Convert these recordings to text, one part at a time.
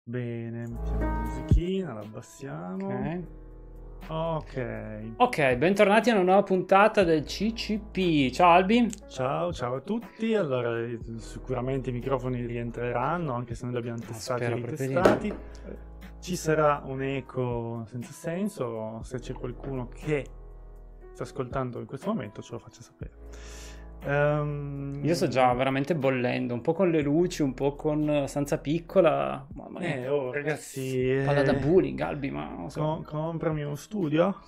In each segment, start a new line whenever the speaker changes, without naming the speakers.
Bene, mettiamo la musichina, la abbassiamo.
Ok.
Ok.
Bentornati a una nuova puntata del CCP. Ciao Albi.
Ciao a tutti. Allora, sicuramente i microfoni rientreranno, anche se noi li abbiamo testati e
spero proprio di
ritestati. Ci sarà un eco senza senso. Se c'è qualcuno che sta ascoltando in questo momento, ce lo faccia sapere.
Io sto già veramente bollendo, un po' con le luci, un po' con stanza piccola. Mamma mia.
Ragazzi,
Parla da bullying, Albi, ma non so.
comprami uno studio.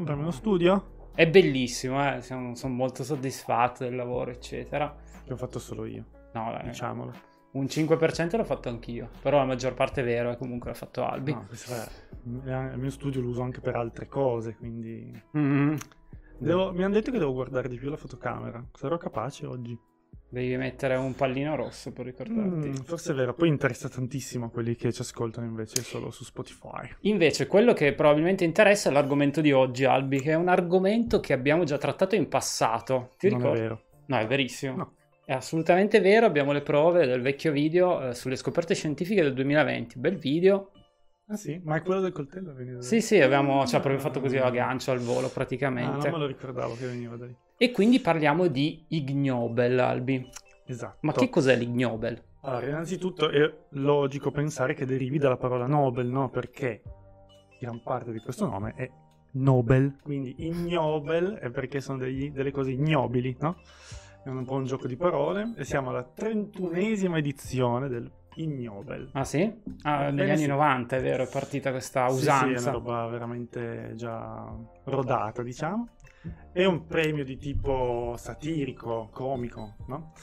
È bellissimo, sono molto soddisfatto del lavoro, eccetera.
Che ho fatto solo io,
No, dai,
diciamolo.
un 5% l'ho fatto anch'io, però la maggior parte è vero, comunque l'ha fatto Albi.
No, il mio studio lo uso anche per altre cose, quindi
Mm.
mi hanno detto che devo guardare di più la fotocamera. Sarò capace oggi?
Devi mettere un pallino rosso per ricordarti.
Forse è vero, poi interessa tantissimo a quelli che ci ascoltano invece solo su Spotify.
Invece, quello che probabilmente interessa è l'argomento di oggi, Albi, che è un argomento che abbiamo già trattato in passato. Ti
Non
ricordi?
è vero.
No, è verissimo.
No.
È assolutamente vero, abbiamo le prove del vecchio video sulle scoperte scientifiche del 2020. Bel video.
Ah sì? Ma è quello del coltello?
Sì, abbiamo proprio fatto così a gancio al volo
Ah,
praticamente.
non me lo ricordavo che veniva da lì.
E quindi parliamo di Ig Nobel, Albi.
Esatto.
Ma che cos'è l'Ig Nobel?
Allora, innanzitutto è logico pensare che derivi dalla parola Nobel, no? Perché gran parte di questo nome è Nobel, quindi ignobel è perché sono delle cose ignobili, no? È un po' un gioco di parole e siamo alla 31esima edizione del Ignobel.
Ah sì? Ah, negli anni 90 è vero, è partita questa usanza.
Sì, è una roba veramente già rodata, diciamo. È un premio di tipo satirico, comico, no?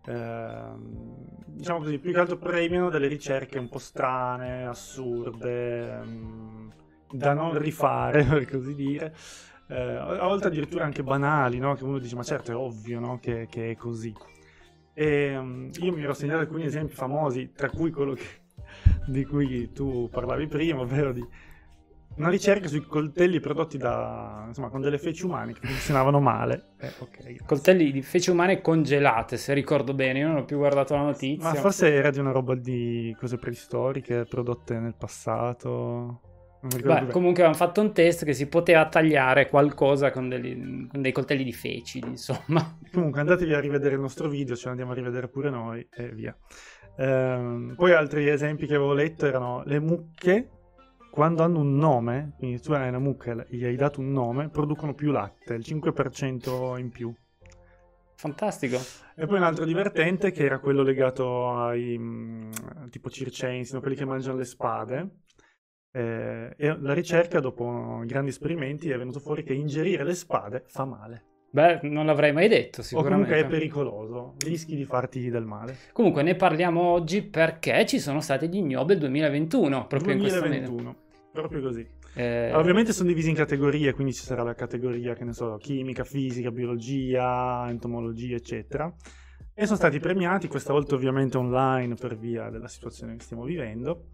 Diciamo così, più che altro premiano delle ricerche un po' strane, assurde, da non rifare, per così dire. A volte addirittura anche banali, no? Che uno dice, ma certo è ovvio, no? Che è così. E io mi ero segnato alcuni esempi famosi, tra cui quello di cui tu parlavi prima, ovvero di una ricerca sui coltelli prodotti con delle feci umane che funzionavano male. Ok.
Coltelli di feci umane congelate, se ricordo bene, io non ho più guardato la notizia.
Ma forse era di una roba di cose preistoriche prodotte nel passato. Non mi ricordo bene.
Comunque avevano fatto un test che si poteva tagliare qualcosa con dei coltelli di feci, insomma.
Comunque andatevi a rivedere il nostro video, ce l'andiamo a rivedere pure noi e via. Poi altri esempi che avevo letto erano le mucche, quando hanno un nome, quindi tu hai una mucca e gli hai dato un nome, producono più latte, il 5% in più.
Fantastico.
E poi un altro divertente che era quello legato ai tipo circensi, no? Quelli che mangiano le spade. E la ricerca, dopo grandi esperimenti, è venuto fuori che ingerire le spade fa male.
Beh, non l'avrei mai detto,
O
sicuramente.
comunque è pericoloso, rischi di farti del male.
Comunque ne parliamo oggi perché ci sono stati gli Ig Nobel 2021, proprio
2021,
in questo mese.
proprio così. Ovviamente sono divisi in categorie, quindi ci sarà la categoria, che ne so, chimica, fisica, biologia, entomologia, eccetera. E sono stati premiati, questa volta ovviamente online per via della situazione che stiamo vivendo.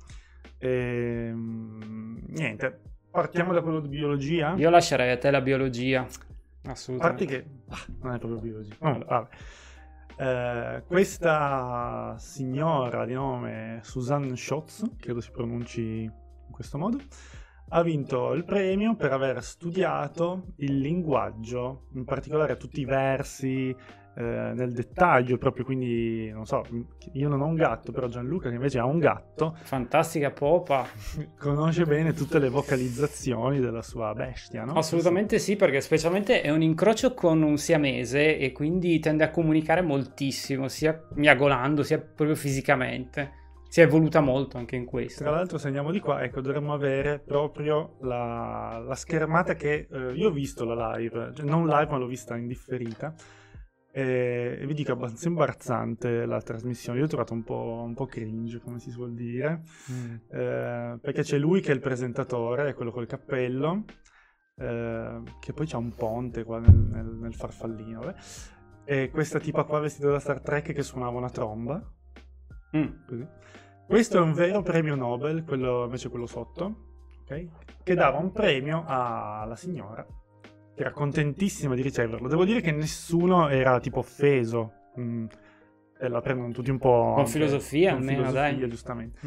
Niente, partiamo da quello di biologia.
Io lascerei a te la biologia.
A
Assolutamente.
parte che non è proprio biologia. Vabbè. Questa signora di nome Suzanne Schotz, credo si pronunci in questo modo, ha vinto il premio per aver studiato il linguaggio, in particolare tutti i versi nel dettaglio proprio, quindi non so, io non ho un gatto, però Gianluca che invece ha un gatto,
Fantastica popa.
conosce bene tutte le vocalizzazioni della sua bestia, no?
Assolutamente sì, perché specialmente è un incrocio con un siamese e quindi tende a comunicare moltissimo, sia miagolando sia proprio fisicamente. Si è evoluta molto anche in questo.
Tra l'altro, se andiamo di qua, ecco, dovremmo avere proprio la schermata che io ho visto la live, cioè non live ma l'ho vista in differita. E vi dico abbastanza imbarazzante la trasmissione. Io l'ho trovato un po' cringe, come si suol dire, perché c'è lui che è il presentatore, è quello col cappello, che poi c'ha un ponte qua nel farfallino, vabbè. E questa tipa qua vestita da Star Trek che suonava una tromba. Così. Questo è un vero premio Nobel, invece quello sotto, okay? Che dava un premio alla signora, che era contentissima di riceverlo. Devo dire che nessuno era tipo offeso. E la prendono tutti un po'...
Con filosofia,
con
almeno,
filosofia,
dai.
giustamente.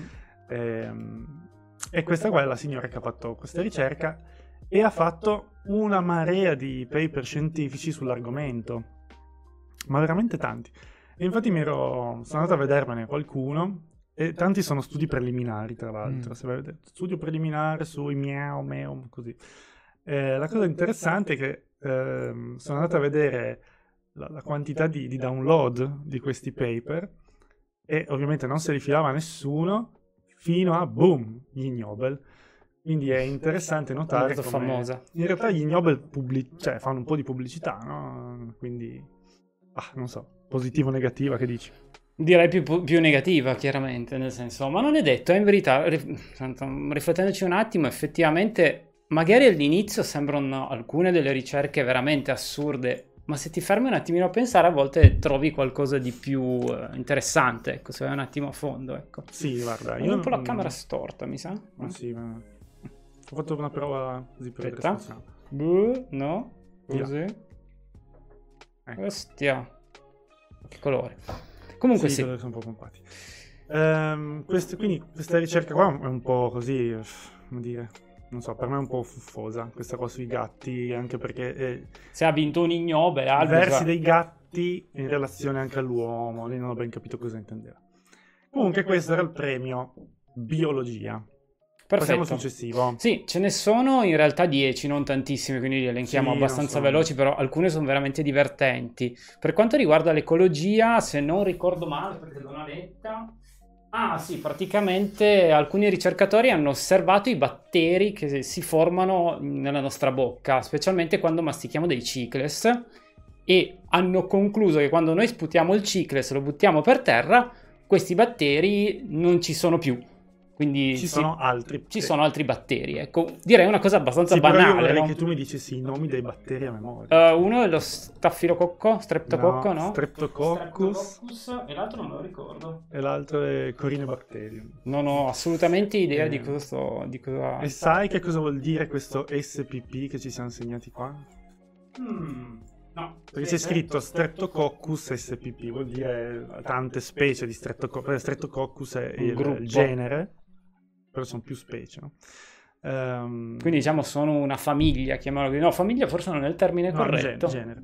E questa qua è la signora che ha fatto questa ricerca e ha fatto una marea di paper scientifici sull'argomento, ma veramente tanti. E infatti sono andato a vedermene qualcuno, e tanti sono studi preliminari, tra l'altro. Se vedete, studio preliminare sui miau, meum, così. La cosa interessante è che sono andato a vedere la quantità di download di questi paper e ovviamente non se li filava nessuno fino a boom, gli Ig Nobel. Quindi è interessante notare come
famosa.
in realtà gli Ig Nobel fanno un po' di pubblicità, no? Quindi non so, positivo o negativa, che dici?
Direi più negativa, chiaramente, nel senso, ma non è detto, in verità, riflettendoci un attimo, effettivamente, magari all'inizio sembrano alcune delle ricerche veramente assurde, ma se ti fermi un attimino a pensare, a volte trovi qualcosa di più interessante, ecco, se vai un attimo a fondo, ecco.
Sì, guarda,
Ho un po' la camera storta, mi sa.
Sì, ma ho fatto una prova così per
Aspetta. No? Così.
Ecco.
Ostia. Che colore. Comunque sì.
Sono un po' pompati. Quindi questa ricerca qua è un po' così, come dire, non so, per me è un po' fuffosa, questa cosa sui gatti, anche perché
se ha vinto un Ig Nobel,
i versi dei gatti in relazione anche all'uomo, lì non ho ben capito cosa intendeva. Comunque questo era il premio biologia.
Perfetto.
Passiamo al successivo.
Sì, ce ne sono in realtà 10, non tantissime, quindi li elenchiamo abbastanza veloci, però alcune sono veramente divertenti. Per quanto riguarda l'ecologia, se non ricordo male, perché l'ho una letta... Ah sì, praticamente alcuni ricercatori hanno osservato i batteri che si formano nella nostra bocca, specialmente quando mastichiamo dei chicles, e hanno concluso che quando noi sputiamo il chicles e lo buttiamo per terra, questi batteri non ci sono più. Quindi
ci sono altri
batteri, ecco. Direi una cosa abbastanza banale.
Però io vorrei
no?
che tu mi dicessi i nomi dei batteri a memoria.
Uno è lo streptococco, no?
Streptococcus.
E l'altro non me lo ricordo.
E l'altro è Corynebacterium.
Non ho assolutamente idea di cosa
E sai che cosa vuol dire questo SPP che ci siamo segnati qua?
No.
Perché c'è scritto Streptococcus SPP, vuol dire tante specie di Streptococcus. Streptococcus è il genere, però sono più specie, no?
Quindi diciamo sono una famiglia, chiamiamola così. No, famiglia forse non è il termine corretto.
Genere.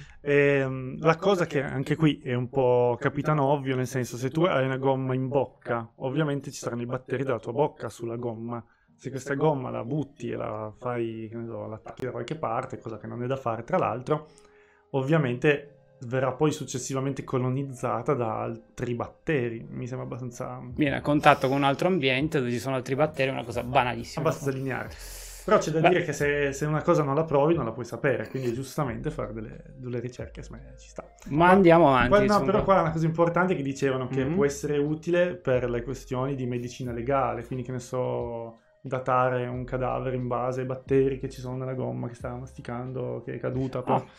La cosa che anche qui è un po' capitano ovvio, nel senso, se tu hai una gomma in bocca, ovviamente ci saranno i batteri della tua bocca sulla gomma. Se questa gomma la butti e la fai, che ne so, la attacchi da qualche parte, cosa che non è da fare tra l'altro, ovviamente verrà poi successivamente colonizzata da altri batteri. Mi sembra abbastanza...
Viene a contatto con un altro ambiente dove ci sono altri batteri, è una cosa banalissima.
Abbastanza lineare. Però c'è da dire che se una cosa non la provi non la puoi sapere, quindi giustamente fare delle ricerche ci sta.
Ma andiamo avanti.
Però qua è una cosa importante che dicevano che può essere utile per le questioni di medicina legale, quindi che ne so, datare un cadavere in base ai batteri che ci sono nella gomma che stava masticando, che è caduta.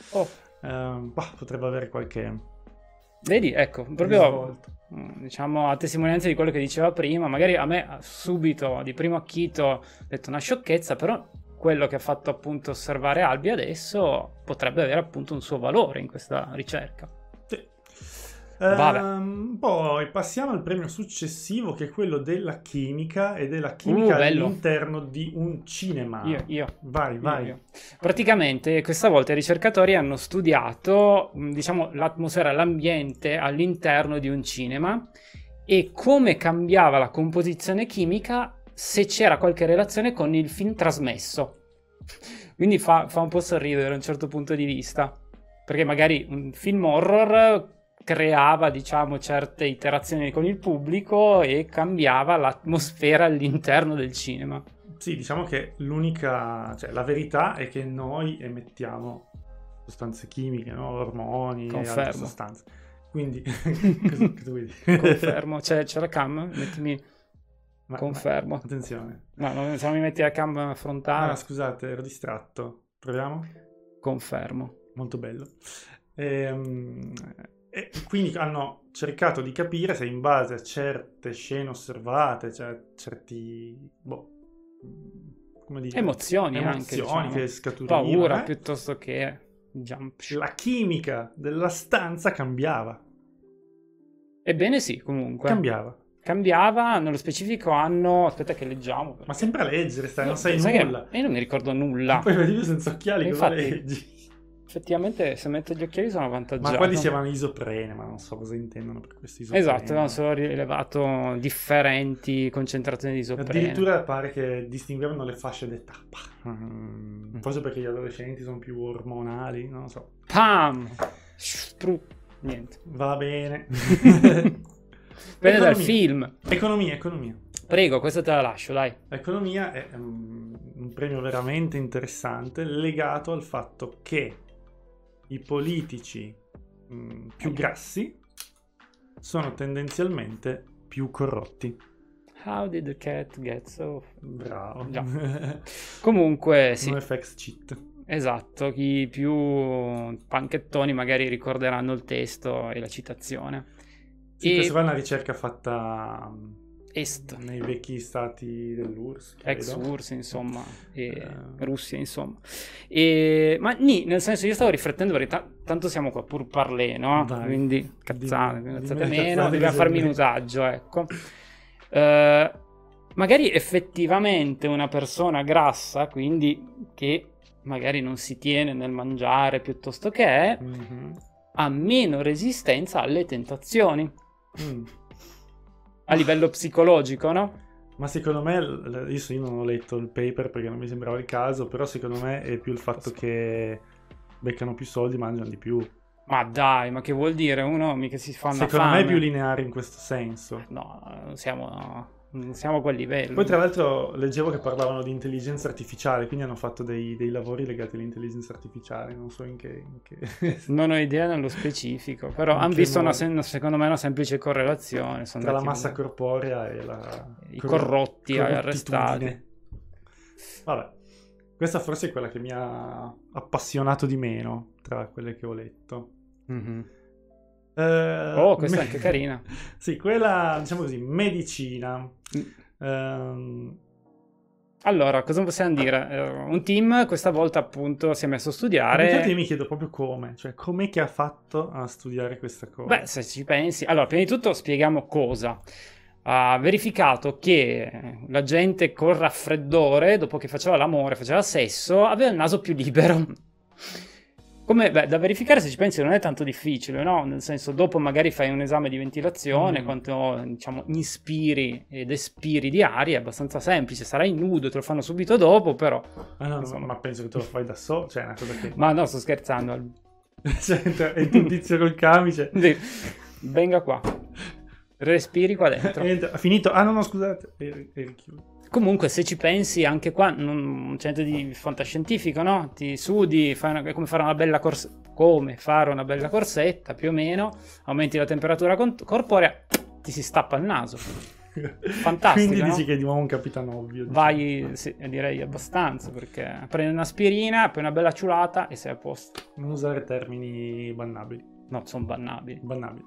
Potrebbe avere qualche...
Vedi, ecco, proprio diciamo a testimonianza di quello che diceva prima, magari a me subito di primo acchito ho detto una sciocchezza, però quello che ha fatto appunto osservare Albi adesso potrebbe avere appunto un suo valore in questa ricerca.
Sì.
Vabbè.
Poi passiamo al premio successivo, che è quello della chimica, e della chimica all'interno di un cinema.
Io.
Vai.
Io. Praticamente questa volta i ricercatori hanno studiato, diciamo, l'atmosfera, l'ambiente all'interno di un cinema e come cambiava la composizione chimica se c'era qualche relazione con il film trasmesso. Quindi fa un po' sorridere da un certo punto di vista, perché magari un film horror creava, diciamo, certe interazioni con il pubblico e cambiava l'atmosfera all'interno del cinema.
Sì, diciamo che la verità è che noi emettiamo sostanze chimiche, no? Ormoni e altre sostanze. Quindi, cosa tu vuoi dire?
Confermo, c'è la cam? Mettimi... Confermo.
Attenzione.
No, se non mi metti la cam frontale...
Ah, scusate, ero distratto. Proviamo?
Confermo.
Molto bello. E quindi hanno cercato di capire se in base a certe scene osservate, cioè certi come dire,
emozioni anche, diciamo,
che scaturivano,
paura piuttosto che jump.
La chimica della stanza cambiava.
Ebbene sì, comunque.
Cambiava.
cambiava, nello specifico hanno... Aspetta che leggiamo.
Ma sempre a leggere, non sai nulla.
Io non mi ricordo nulla.
Poi vedi io senza occhiali, cosa leggi?
Effettivamente se metto gli occhiali sono avvantaggiato.
Ma qua dicevano isoprene, ma non so cosa intendono per questi isoprene.
Esatto, avevano solo rilevato differenti concentrazioni di isoprene.
Addirittura pare che distinguevano le fasce d'età. Forse perché gli adolescenti sono più ormonali, non lo so.
Pam! Niente.
Va bene.
Bene dal film.
Economia.
Prego, questa te la lascio, dai.
Economia è un premio veramente interessante legato al fatto che i politici più grassi sono tendenzialmente più corrotti.
How did the cat get so...
Bravo.
Già. Comunque, sì.
No FX cheat.
Esatto, i più panchettoni magari ricorderanno il testo e la citazione.
Sì, questa qua è una ricerca fatta...
Est.
Nei vecchi stati dell'URSS,
ex-URSS, insomma, e Russia, insomma. Ma nel senso, io stavo riflettendo, perché tanto siamo qua pur parlé, no?
Dai,
quindi cazzate meno, dobbiamo far minutaggio, ecco. Magari effettivamente una persona grassa, quindi che magari non si tiene nel mangiare piuttosto che ha meno resistenza alle tentazioni. A livello psicologico, no?
Ma secondo me, io non ho letto il paper perché non mi sembrava il caso, però secondo me è più il fatto che beccano più soldi, mangiano di più.
Ma dai, ma che vuol dire? Uno mica si fa una
secondo
fame.
Me è più lineare in questo senso.
No, non siamo a quel livello.
Poi tra l'altro leggevo che parlavano di intelligenza artificiale, quindi hanno fatto dei lavori legati all'intelligenza artificiale, non so in che...
Non ho idea nello specifico, però hanno visto secondo me una semplice correlazione.
Tra la massa corporea e
i corrotti arrestati.
Vabbè, questa forse è quella che mi ha appassionato di meno tra quelle che ho letto.
Questa è anche carina.
Sì, quella, diciamo così, medicina.
Allora, cosa possiamo dire? Un team questa volta appunto si è messo a studiare.
Infatti io mi chiedo proprio come, cioè com'è che ha fatto a studiare questa cosa?
Beh, se ci pensi, allora, prima di tutto spieghiamo cosa. Ha verificato che la gente col raffreddore, dopo che faceva l'amore, faceva sesso, aveva il naso più libero. Da verificare, se ci pensi, non è tanto difficile, no? Nel senso, dopo magari fai un esame di ventilazione, quanto, diciamo, inspiri ed espiri di aria, è abbastanza semplice. Sarai nudo, te lo fanno subito dopo, però...
ma penso che te lo fai da solo, cioè è una cosa che...
Ma no, sto scherzando.
Cioè, è un tizio col camice.
Venga qua. Respiri qua dentro.
Ha finito? Ah no, scusate. Eri chiuso.
Comunque, se ci pensi, anche qua non c'è niente di fantascientifico, no? Ti sudi, è come fare una bella corsetta, più o meno, aumenti la temperatura corporea, ti si stappa il naso. Fantastico,
quindi dici
no?
che è di nuovo un capitano ovvio.
Vai, sì, direi abbastanza, perché prendi un'aspirina, poi una bella ciulata e sei a posto.
Non usare termini bannabili.
No, sono bannabili.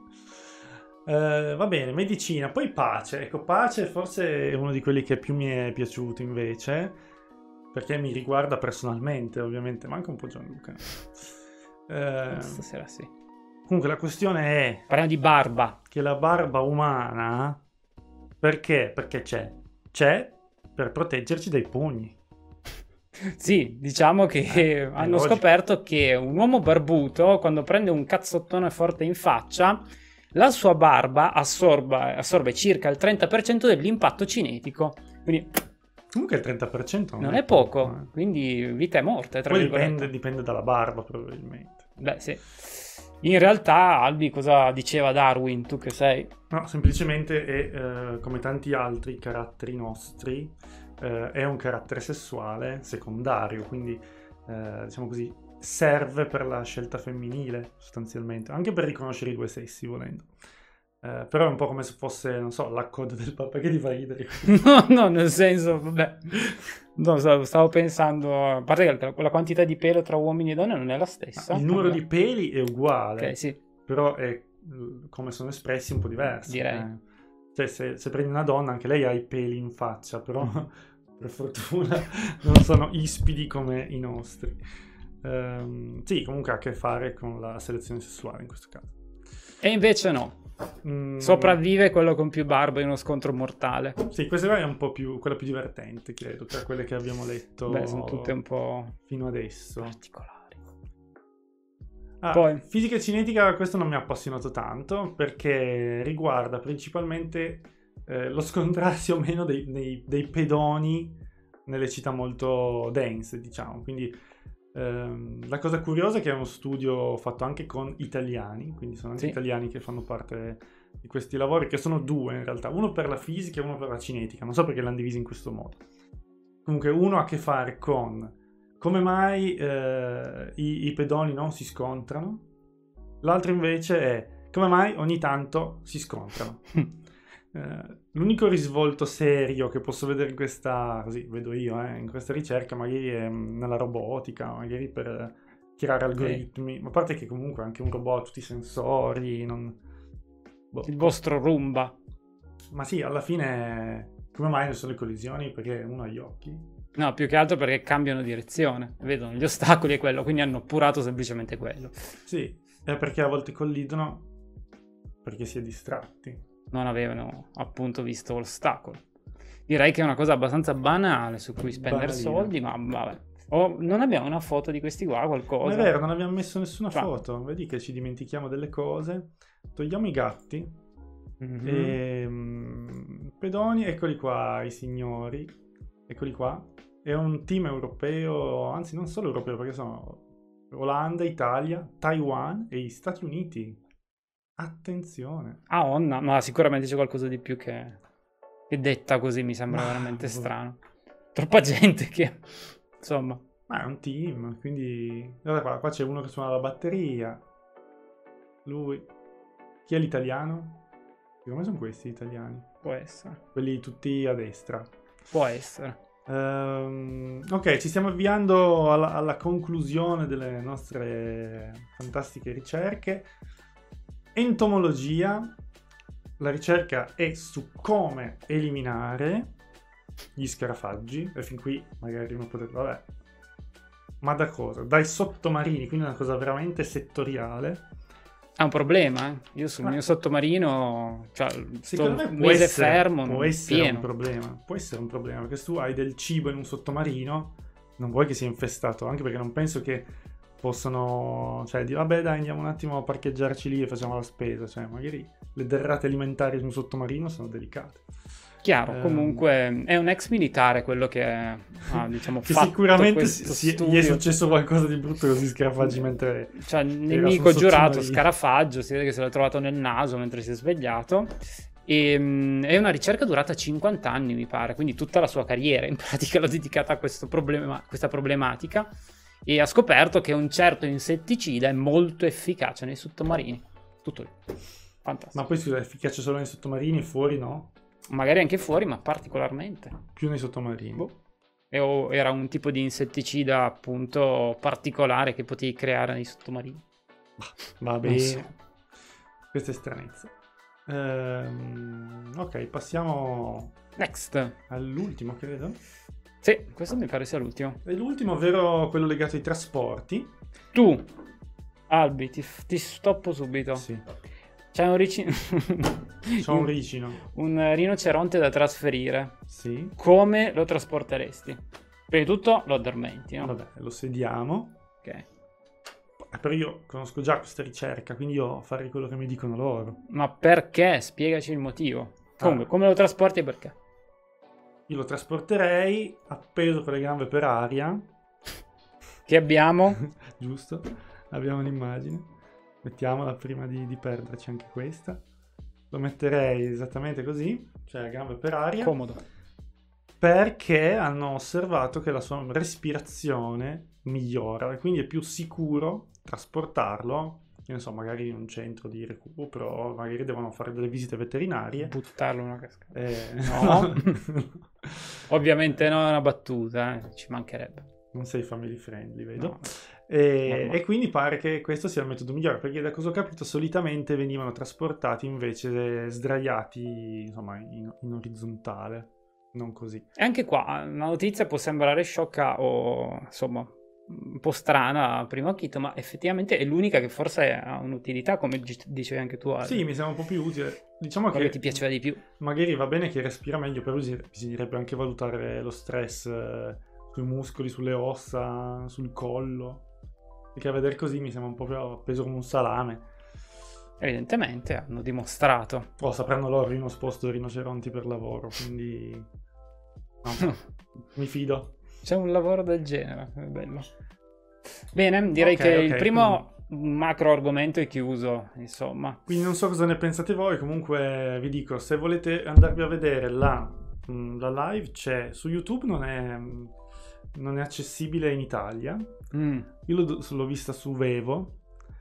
Va bene, medicina, poi pace. Ecco, pace forse è uno di quelli che più mi è piaciuto invece, perché mi riguarda personalmente, ovviamente, manca un po' Gianluca.
Stasera sì.
Comunque la questione è...
Parliamo di barba.
Che la barba umana, perché? Perché c'è per proteggerci dai pugni.
Sì, diciamo che hanno scoperto che un uomo barbuto, quando prende un cazzottone forte in faccia, la sua barba assorbe circa il 30% dell'impatto cinetico. Quindi
comunque il 30%
non è poco, quindi vita e morte.
Poi dipende dalla barba probabilmente.
Beh sì. In realtà, Albi, cosa diceva Darwin, tu che sei?
No, semplicemente è come tanti altri caratteri nostri, è un carattere sessuale secondario, quindi diciamo così serve per la scelta femminile sostanzialmente, anche per riconoscere i due sessi volendo. Però è un po' come se fosse, non so, la coda del papà, che ti fa ridere.
No, nel senso, vabbè. No, stavo pensando, a parte che la quantità di pelo tra uomini e donne non è la stessa.
Il numero di peli è uguale,
ok, sì.
Però è come sono espressi un po' diversi.
Direi.
Cioè, se prendi una donna, anche lei ha i peli in faccia, però per fortuna non sono ispidi come i nostri. Sì, comunque ha a che fare con la selezione sessuale in questo caso.
E invece no. Sopravvive quello con più barba in uno scontro mortale.
Sì, questa è un po' più quella più divertente, credo, tra quelle che abbiamo letto.
Beh, sono tutte un po'
fino adesso.
particolari.
Poi, fisica e cinetica, questo non mi ha appassionato tanto perché riguarda principalmente lo scontrarsi o meno dei pedoni nelle città molto dense, diciamo. Quindi la cosa curiosa è che è uno studio fatto anche con italiani, quindi sono anche italiani che fanno parte di questi lavori, che sono due in realtà, uno per la fisica e uno per la cinetica, non so perché l'hanno divisi in questo modo. Comunque uno ha a che fare con come mai i pedoni non si scontrano, l'altro invece è come mai ogni tanto si scontrano. L'unico risvolto serio che posso vedere in questa, così vedo io, in questa ricerca magari è nella robotica, magari per creare algoritmi, ma a parte che comunque anche un robot ha tutti i sensori,
il vostro Roomba.
Ma sì, alla fine come mai non sono le collisioni? Perché uno ha gli occhi?
No, più che altro perché cambiano direzione, vedono gli ostacoli e quello, quindi hanno appurato semplicemente quello.
Sì, è perché a volte collidono perché si è distratti.
Non avevano appunto visto l'ostacolo. Direi che è una cosa abbastanza banale su cui spendere soldi, ma vabbè. Non abbiamo una foto di questi qua, qualcosa?
Non è vero, non abbiamo messo nessuna foto. Vedi che ci dimentichiamo delle cose. Togliamo i gatti. Pedoni, eccoli qua, i signori. Eccoli qua. È un team europeo, anzi non solo europeo, perché sono Olanda, Italia, Taiwan e gli Stati Uniti. Attenzione.
Onna, ma sicuramente c'è qualcosa di più che detta così, mi sembra veramente strano. Troppa gente che, insomma.
Ma è un team, quindi... Guarda qua c'è uno che suona la batteria. Lui. Chi è l'italiano? Come sono questi italiani?
Può essere.
Quelli tutti a destra.
Può essere.
Ok, ci stiamo avviando alla conclusione delle nostre fantastiche ricerche. Entomologia, la ricerca è su come eliminare gli scarafaggi, e fin qui magari uno potrebbe, vabbè, ma da cosa? Dai sottomarini, quindi è una cosa veramente settoriale.
È un problema, eh? Io sul mio sottomarino, cioè,
secondo me
può essere, fermo,
può essere
pieno.
un problema, può essere un problema, perché se tu hai del cibo in un sottomarino, non vuoi che sia infestato, anche perché non penso che possono, cioè, dire vabbè dai andiamo un attimo a parcheggiarci lì e facciamo la spesa, cioè magari le derrate alimentari in un sottomarino sono delicate.
Chiaro, comunque è un ex militare quello che ha, diciamo,
che
fatto
sicuramente
studio.
gli è successo qualcosa di brutto così scarafaggi mentre
cioè nemico giurato scarafaggio, si vede che se l'ha trovato nel naso mentre si è svegliato. E è una ricerca durata 50 anni mi pare, quindi tutta la sua carriera in pratica l'ha dedicata a questa problematica, e ha scoperto che un certo insetticida è molto efficace nei sottomarini. Tutto lì. Fantastico.
Ma poi scusa, è efficace solo nei sottomarini, fuori no?
Magari anche fuori, ma particolarmente.
Più nei sottomarini.
Era un tipo di insetticida appunto particolare che potevi creare nei sottomarini.
Va bene. Questa è stranezza. Ok, passiamo
next
all'ultimo, credo.
Sì, questo mi pare sia l'ultimo.
È l'ultimo, ovvero quello legato ai trasporti.
Tu, Albi, ti stoppo subito.
Sì.
C'è un ricino.
C'è un ricino.
Un rinoceronte da trasferire.
Sì.
Come lo trasporteresti? Prima di tutto lo addormenti, no?
Vabbè, lo sediamo.
Ok.
Però io conosco già questa ricerca, quindi io farei quello che mi dicono loro.
Ma perché? Spiegaci il motivo. Comunque, come lo trasporti e perché?
Io lo trasporterei appeso con le gambe per aria.
Che abbiamo?
Giusto, abbiamo un'immagine. Mettiamola prima di perderci anche questa. Lo metterei esattamente così, cioè a gambe per aria.
Comodo.
Perché hanno osservato che la sua respirazione migliora e quindi è più sicuro trasportarlo, io non so, magari in un centro di recupero, magari devono fare delle visite veterinarie.
Buttarlo in una cascata.
No.
Ovviamente no, è una battuta, ci mancherebbe.
Non sei family friendly, vedo.
No.
E quindi pare che questo sia il metodo migliore, perché da cosa ho capito solitamente venivano trasportati invece sdraiati, insomma, in orizzontale, non così.
E anche qua, una notizia può sembrare sciocca o, insomma, un po' strana a primo acchito, ma effettivamente è l'unica che forse ha un'utilità, come dicevi anche tu.
Sì, mi sembra un po' più utile. Diciamo
quello
che
ti piaceva di più.
Magari va bene che respira meglio, però bisognerebbe anche valutare lo stress sui muscoli, sulle ossa, sul collo. Perché a vedere così mi sembra un po' più appeso come un salame.
Evidentemente hanno dimostrato.
Sapranno loro, io non sposto rinoceronti per lavoro, quindi no, mi fido.
C'è un lavoro del genere, è bello. Bene, direi che il primo macro argomento è chiuso, insomma.
Quindi non so cosa ne pensate voi, comunque vi dico, se volete andarvi a vedere la live c'è su YouTube, non è accessibile in Italia. Io l'ho vista su Vevo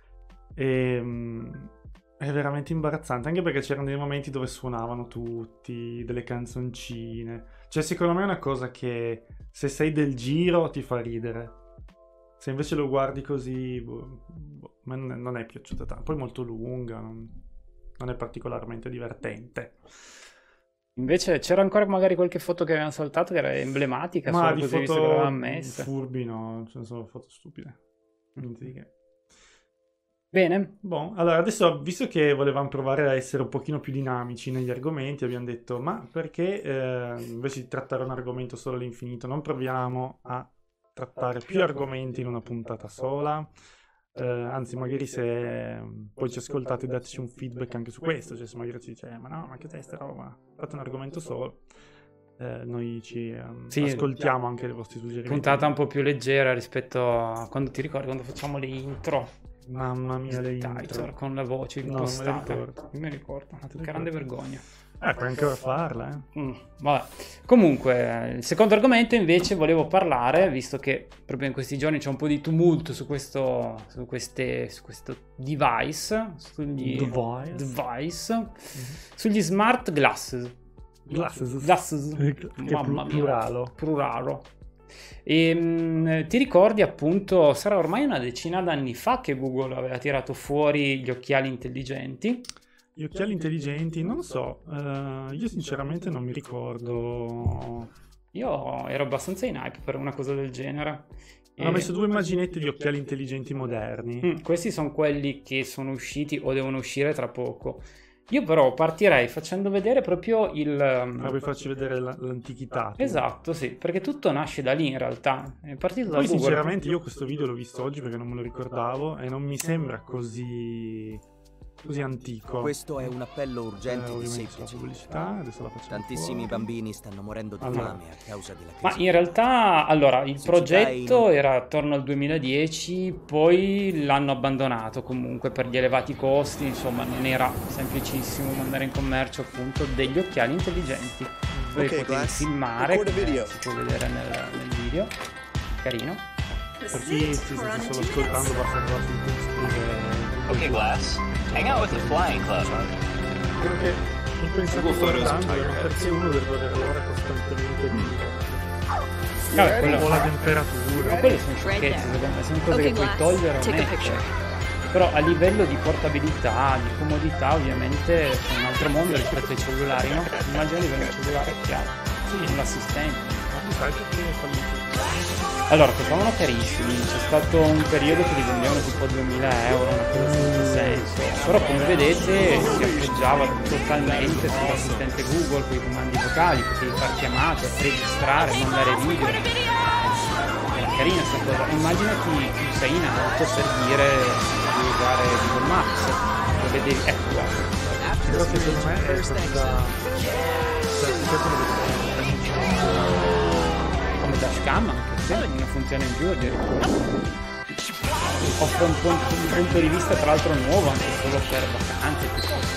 e è veramente imbarazzante, anche perché c'erano dei momenti dove suonavano tutti, delle canzoncine. Cioè, secondo me è una cosa che se sei del giro ti fa ridere. Se invece lo guardi così, non è piaciuta tanto. Poi è molto lunga, non è particolarmente divertente.
Invece c'era ancora magari qualche foto che avevano saltato che era emblematica,
ma
solo
di
così
foto
che l'avevano messa.
Furbi no, ce ne sono foto stupide. Niente di che.
Bene.
Allora adesso, visto che volevamo provare a essere un pochino più dinamici negli argomenti, abbiamo detto, ma perché invece di trattare un argomento solo all'infinito, non proviamo a trattare più argomenti in una puntata sola? Anzi, magari se poi ci ascoltate dateci un feedback anche su questo, cioè se magari ci dice ma che testa roba, fate un argomento solo, noi ci ascoltiamo anche le vostre suggerimenti.
Puntata un po' più leggera rispetto a quando ti ricordi quando facciamo le intro.
Mamma mia, le intro
con la voce impostata. Non me ricordo. Grande vergogna.
Puoi anche farla,
Vabbè. Comunque, il secondo argomento invece volevo parlare, visto che proprio in questi giorni c'è un po' di tumulto su questo device, sugli smart glasses.
Mamma mia.
Pluralo. E ti ricordi appunto, sarà ormai una decina d'anni fa che Google aveva tirato fuori gli occhiali intelligenti?
Gli occhiali intelligenti, non lo so, io sinceramente non mi ricordo.
Io ero abbastanza in hype per una cosa del genere.
Hanno messo 2 immaginette di occhiali intelligenti moderni.
Questi sono quelli che sono usciti o devono uscire tra poco. Io però partirei facendo vedere proprio
Proprio farci vedere l'antichità.
Esatto, sì, perché tutto nasce da lì in realtà. È partito da
Poi
Google.
Sinceramente io questo video l'ho visto oggi perché non me lo ricordavo e non mi sembra così antico.
Questo è un appello urgente di semplice.
Pubblicità, adesso la facciamo.
Tantissimi bambini stanno morendo di fame a causa della crisi.
Ma in realtà, allora, il progetto era attorno al 2010, poi l'hanno abbandonato comunque per gli elevati costi, insomma non era semplicissimo mandare in commercio appunto degli occhiali intelligenti. Voi potete filmare, si può vedere nel video, carino.
Per chi si sta solo ascoltando basta andare sul scrivere.
Okay, Glass. Hang out with the Flying Club.
Quello che ho pensato soltanto è perché uno deve avere l'ora costantemente
Vabbè,
o la temperatura.
Ma quelle sono sciocchezze, secondo me, sono cose che puoi togliere o mettere. Però a livello di portabilità, di comodità, ovviamente è un altro mondo rispetto ai cellulari, no? Immagino di avere un cellulare chiaro, con l'assistente. Allora, costavano carissimi, c'è stato un periodo che li vendevano tipo 2.000 euro, una cosa senza senso. Però come vedete si appoggiava totalmente sull'assistente Google, con i comandi vocali, potevi fare chiamate, registrare, mandare video. Era carina questa cosa. Immaginati tu sei in auto per dire di usare Google Maps, lo vedevi, ecco guarda.
Però secondo me è proprio
come dashcam anche se una funzione in più addirittura offre un punto di vista tra l'altro nuovo anche solo per vacanze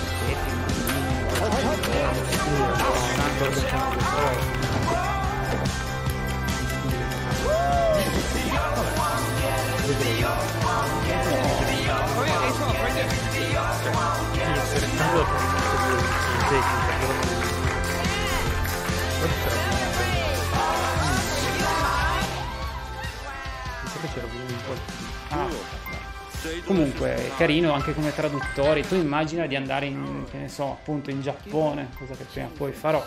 comunque è carino anche come traduttori. Tu immagina di andare in, che ne so, appunto in Giappone, cosa che prima o poi farò,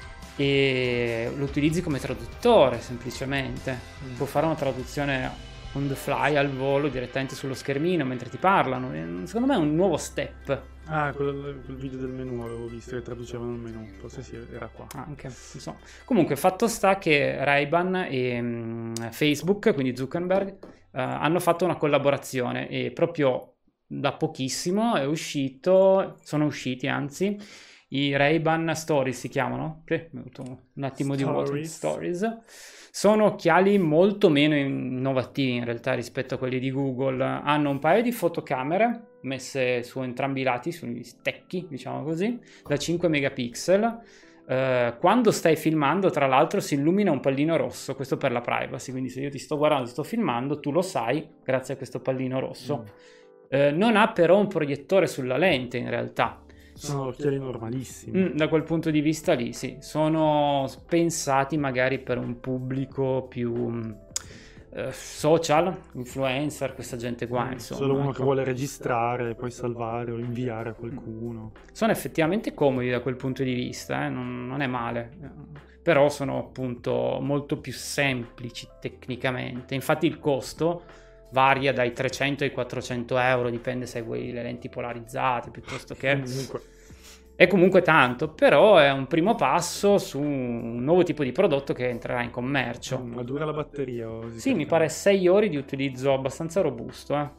e lo utilizzi come traduttore semplicemente. Può fare una traduzione on the fly, al volo, direttamente sullo schermino mentre ti parlano. Secondo me è un nuovo step.
Ah, quel video del menu avevo visto che traducevano il menu, forse sì, era qua.
Anche, non so. Comunque, fatto sta che Ray-Ban e Facebook, quindi Zuckerberg, hanno fatto una collaborazione e proprio da pochissimo sono usciti anzi, i Ray-Ban Stories si chiamano? Mi è avuto un attimo di vuoto. Stories. Sono occhiali molto meno innovativi in realtà rispetto a quelli di Google. Hanno un paio di fotocamere messe su entrambi i lati, sugli stecchi, diciamo così, da 5 megapixel. Quando stai filmando, tra l'altro, si illumina un pallino rosso, questo per la privacy, quindi se io ti sto guardando, ti sto filmando, tu lo sai grazie a questo pallino rosso. Non ha però un proiettore sulla lente in realtà.
Sono occhiali normalissimi.
Da quel punto di vista lì, sì, sono pensati magari per un pubblico più social, influencer, questa gente qua, insomma.
Solo uno che vuole registrare e poi salvare o inviare a qualcuno.
Sono effettivamente comodi da quel punto di vista, non è male. Però sono appunto molto più semplici tecnicamente. Infatti il costo varia dai 300 ai 400 euro, dipende se vuoi le lenti polarizzate piuttosto che... È comunque tanto, però è un primo passo su un nuovo tipo di prodotto che entrerà in commercio.
Ma dura la batteria?
Sì, mi pare 6 ore di utilizzo abbastanza robusto.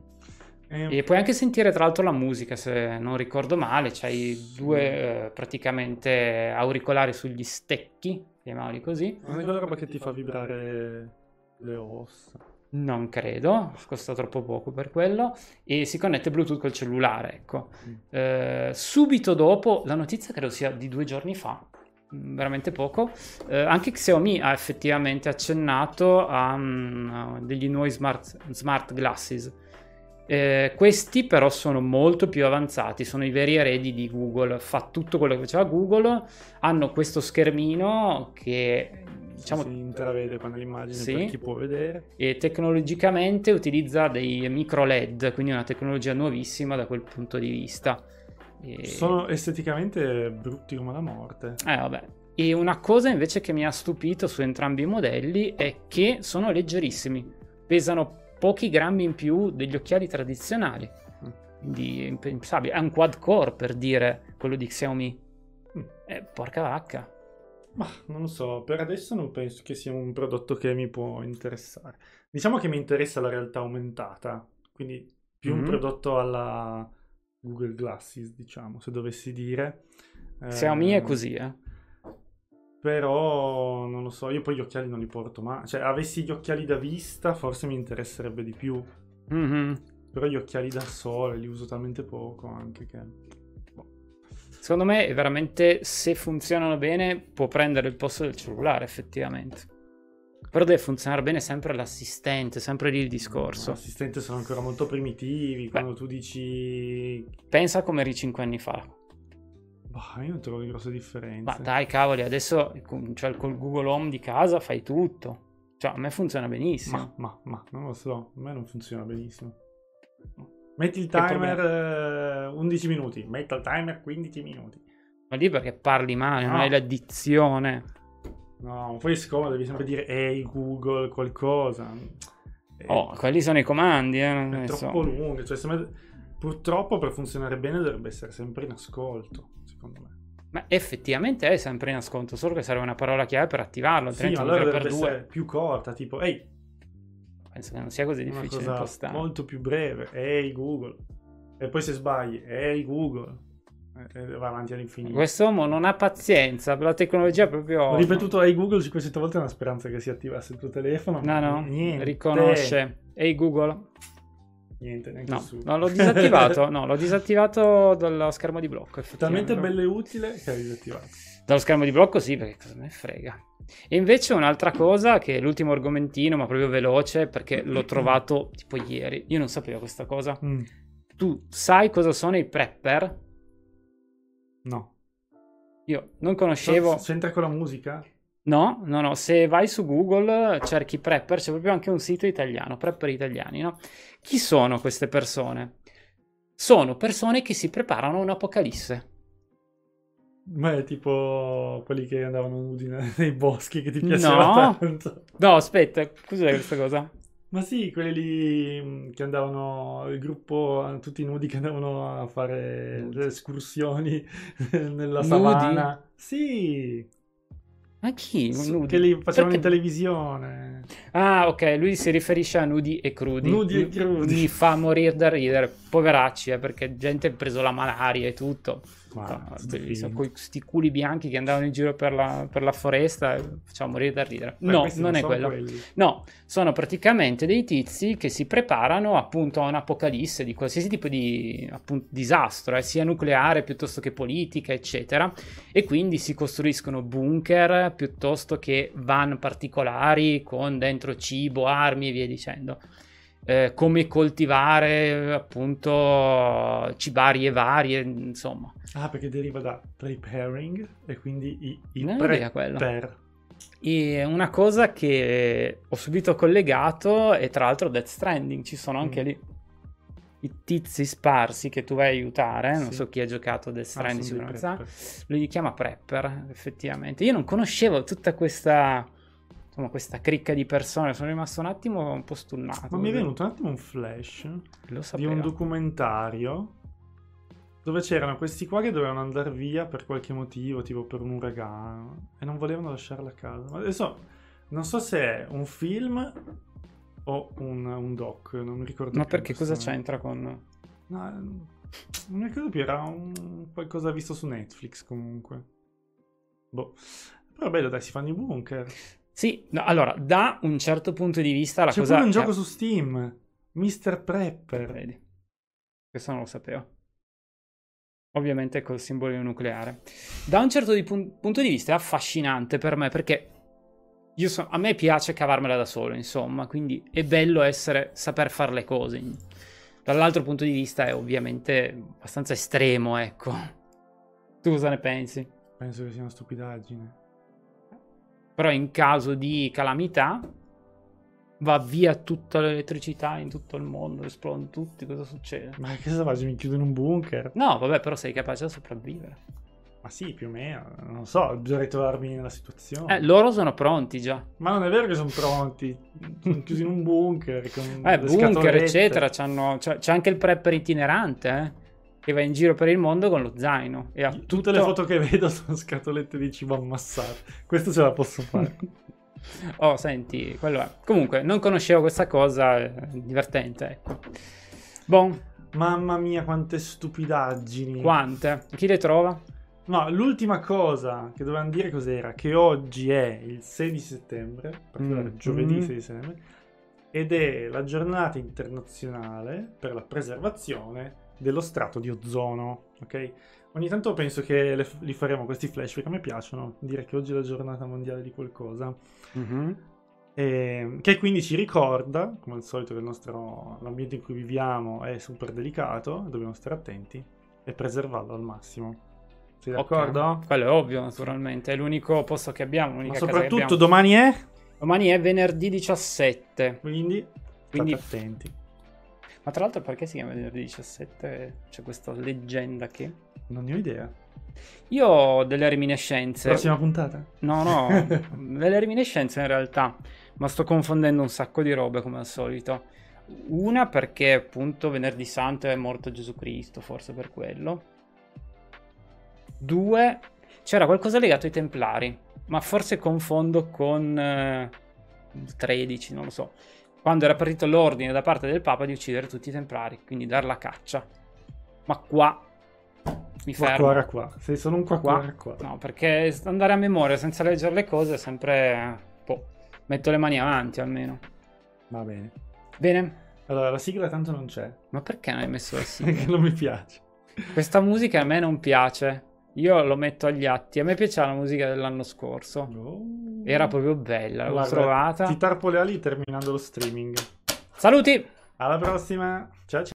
E puoi anche sentire tra l'altro la musica, se non ricordo male. C'hai due praticamente auricolari sugli stecchi, chiamiamoli così.
Non è quella roba che ti fa vibrare le ossa?
Non credo, costa troppo poco per quello, e si connette Bluetooth col cellulare, ecco. Subito dopo, la notizia credo sia di 2 giorni fa, veramente poco, anche Xiaomi ha effettivamente accennato a degli nuovi smart glasses. Questi però sono molto più avanzati, sono i veri eredi di Google, fa tutto quello che faceva Google, hanno questo schermino che... diciamo,
si intravede quando l'immagine per chi può vedere,
e tecnologicamente utilizza dei micro LED, quindi una tecnologia nuovissima da quel punto di vista.
Sono esteticamente brutti come la morte.
Vabbè. E una cosa invece che mi ha stupito su entrambi i modelli è che sono leggerissimi, pesano pochi grammi in più degli occhiali tradizionali, quindi impensabile. È un quad core, per dire, quello di Xiaomi. Porca vacca.
Ma non lo so, per adesso non penso che sia un prodotto che mi può interessare. Diciamo che mi interessa la realtà aumentata, quindi più un prodotto alla Google Glasses, diciamo, se dovessi dire.
Xiaomi è così,
Però non lo so, io poi gli occhiali non li porto mai. Cioè, avessi gli occhiali da vista forse mi interesserebbe di più. Però gli occhiali da sole li uso talmente poco anche che...
Secondo me è veramente, se funzionano bene, può prendere il posto del cellulare, effettivamente. Però deve funzionare bene sempre l'assistente, sempre lì il discorso.
L'assistente sono ancora molto primitivi. Quando tu dici...
Pensa come eri 5 anni fa.
Io non trovo di grosse differenze.
Ma dai, cavoli, adesso cioè, col Google Home di casa fai tutto. Cioè, a me funziona benissimo.
Ma non lo so, a me non funziona benissimo. Metti il timer 11 minuti, metti il timer 15 minuti.
Ma lì perché parli male, non hai l'addizione.
No, poi è scomodo, devi sempre dire ehi Google qualcosa.
Quelli sono i comandi,
È troppo lungo, cioè purtroppo per funzionare bene dovrebbe essere sempre in ascolto, secondo me.
Ma effettivamente è sempre in ascolto, solo che serve una parola chiave per attivarlo, altrimenti
sì, allora dovrebbe essere più corta, tipo ehi.
Penso che non sia così difficile impostare.
Molto più breve, ehi Google. E poi se sbagli, ehi Google. E va avanti all'infinito.
Quest'uomo non ha pazienza per la tecnologia, proprio...
Ho ripetuto ehi Google 500 volte, è una speranza che si attivasse il tuo telefono.
No,
niente.
Riconosce. Ehi Google.
Niente, neanche su.
No, l'ho disattivato. L'ho disattivato dallo schermo di blocco.
Talmente bello e utile che hai disattivato.
Dallo schermo di blocco sì, perché cosa me ne frega. E invece un'altra cosa, che è l'ultimo argomentino, ma proprio veloce, perché l'ho trovato tipo ieri. Io non sapevo questa cosa. Tu sai cosa sono i prepper?
No.
Io non conoscevo.
C'entra con la musica?
No. Se vai su Google, cerchi prepper, c'è proprio anche un sito italiano, prepper italiani, no? Chi sono queste persone? Sono persone che si preparano a un'apocalisse.
Ma è tipo quelli che andavano nudi nei boschi, che ti piaceva tanto.
No, aspetta, cos'è questa cosa?
Ma sì, quelli lì che andavano, il gruppo, tutti nudi che andavano a fare
Nudi.
le escursioni nella
Nudi?
savana. Sì,
Ma chi? Nudi?
che li facevano in
Perché?
televisione.
Ah, ok, lui si riferisce a nudi e crudi.
Nudi e crudi.
Mi fa morire da ridere. Poveracci, perché gente ha preso la malaria e tutto.
Ma
Bellissimo, con questi culi bianchi che andavano in giro per la foresta, facciamo morire da ridere.
Beh,
No,
questi
non è
sono
quello.
quelli.
No, sono praticamente dei tizi che si preparano appunto a un'apocalisse di qualsiasi tipo di appunto, disastro, sia nucleare piuttosto che politica, eccetera. E quindi si costruiscono bunker piuttosto che van particolari con dentro cibo, armi e via dicendo. Come coltivare appunto cibarie varie, insomma.
Ah, perché deriva da preparing e quindi i
Non è quello.
prepper.
E una cosa che ho subito collegato è tra l'altro Death Stranding, ci sono anche lì i tizi sparsi che tu vai a aiutare, non
Sì.
so chi ha giocato Death Stranding
sono dei
sicuramente sa,
prepper.
lui li chiama prepper effettivamente. Io non conoscevo tutta questa, insomma, questa cricca di persone, sono rimasto un attimo un po' stunnato.
Ma mi è venuto un attimo un flash
Lo
di
sapevo.
un documentario dove c'erano questi qua che dovevano andare via per qualche motivo, tipo per un uragano, e non volevano lasciarla a casa. Ma adesso non so se è un film o un doc, non mi ricordo
Ma
più
perché
in
cosa
questo
c'entra con...
momento. No, non mi ricordo più, era qualcosa visto su Netflix comunque. Boh. Però bello, dai, si fanno i bunker.
Sì, no, allora, da un certo punto di vista la
C'è
cosa...
pure un gioco su Steam, Mr. Prepper.
Vedi, questo non lo sapevo. Ovviamente col simbolo nucleare. Da un certo punto di vista è affascinante per me perché a me piace cavarmela da solo, insomma, quindi è bello saper fare le cose. Dall'altro punto di vista è ovviamente abbastanza estremo, ecco. Tu cosa ne pensi?
Penso che sia una stupidaggine.
Però in caso di calamità va via tutta l'elettricità in tutto il mondo, esplodono tutti, cosa succede?
Ma che cosa faccio? Mi chiudo in un bunker?
No, vabbè, però sei capace di sopravvivere.
Ma sì, più o meno, non so, bisogna ritrovarmi nella situazione.
Loro sono pronti già.
Ma non è vero che sono pronti, sono chiusi in un bunker con le
Bunker,
scatolette.
eccetera, c'è anche il prepper itinerante, che va in giro per il mondo con lo zaino. E ha
Tutte le foto che vedo sono scatolette di cibo ammassato. Questo ce la posso fare.
Oh, senti, quello è. Comunque, non conoscevo questa cosa, è divertente, ecco. Bon,
Mamma mia, quante stupidaggini.
quante? Chi le trova?
No, l'ultima cosa che dovevamo dire cos'era? Che oggi è il 16 settembre, giovedì 16 settembre, ed è la giornata internazionale per la preservazione dello strato di ozono, ok? Ogni tanto penso che li faremo questi flash perché a me piacciono, dire che oggi è la giornata mondiale di qualcosa. Che quindi ci ricorda, come al solito, che l'ambiente in cui viviamo è super delicato, dobbiamo stare attenti e preservarlo al massimo. Sei d'accordo?
Okay. Quello è ovvio, naturalmente, è l'unico posto che abbiamo, l'unica
Ma
casa che
soprattutto
abbiamo.
domani è?
Domani è venerdì 17.
Quindi
Quindi-
state attenti.
Ma tra l'altro perché si chiama venerdì 17? C'è questa leggenda che...
Non ne ho idea.
Io ho delle reminiscenze.
Prossima puntata?
No, delle reminiscenze in realtà, ma sto confondendo un sacco di robe come al solito. Una perché appunto venerdì santo è morto Gesù Cristo, forse per quello. Due, c'era qualcosa legato ai Templari, ma forse confondo con 13, non lo so. Quando era partito l'ordine da parte del Papa di uccidere tutti i Templari, quindi dar la caccia. Ma qua mi fermo.
Qua. Sei solo un qua.
No, perché andare a memoria senza leggere le cose è sempre... metto le mani avanti almeno.
Va bene.
Bene.
Allora, la sigla tanto non c'è.
Ma perché non hai messo la sigla?
Perché non mi piace.
Questa musica a me non piace. Io lo metto agli atti. A me piaceva la musica dell'anno scorso. Era proprio bella, l'ho
Guarda,
trovata.
Ti tarpo le ali terminando lo streaming.
Saluti!
Alla prossima. Ciao ciao.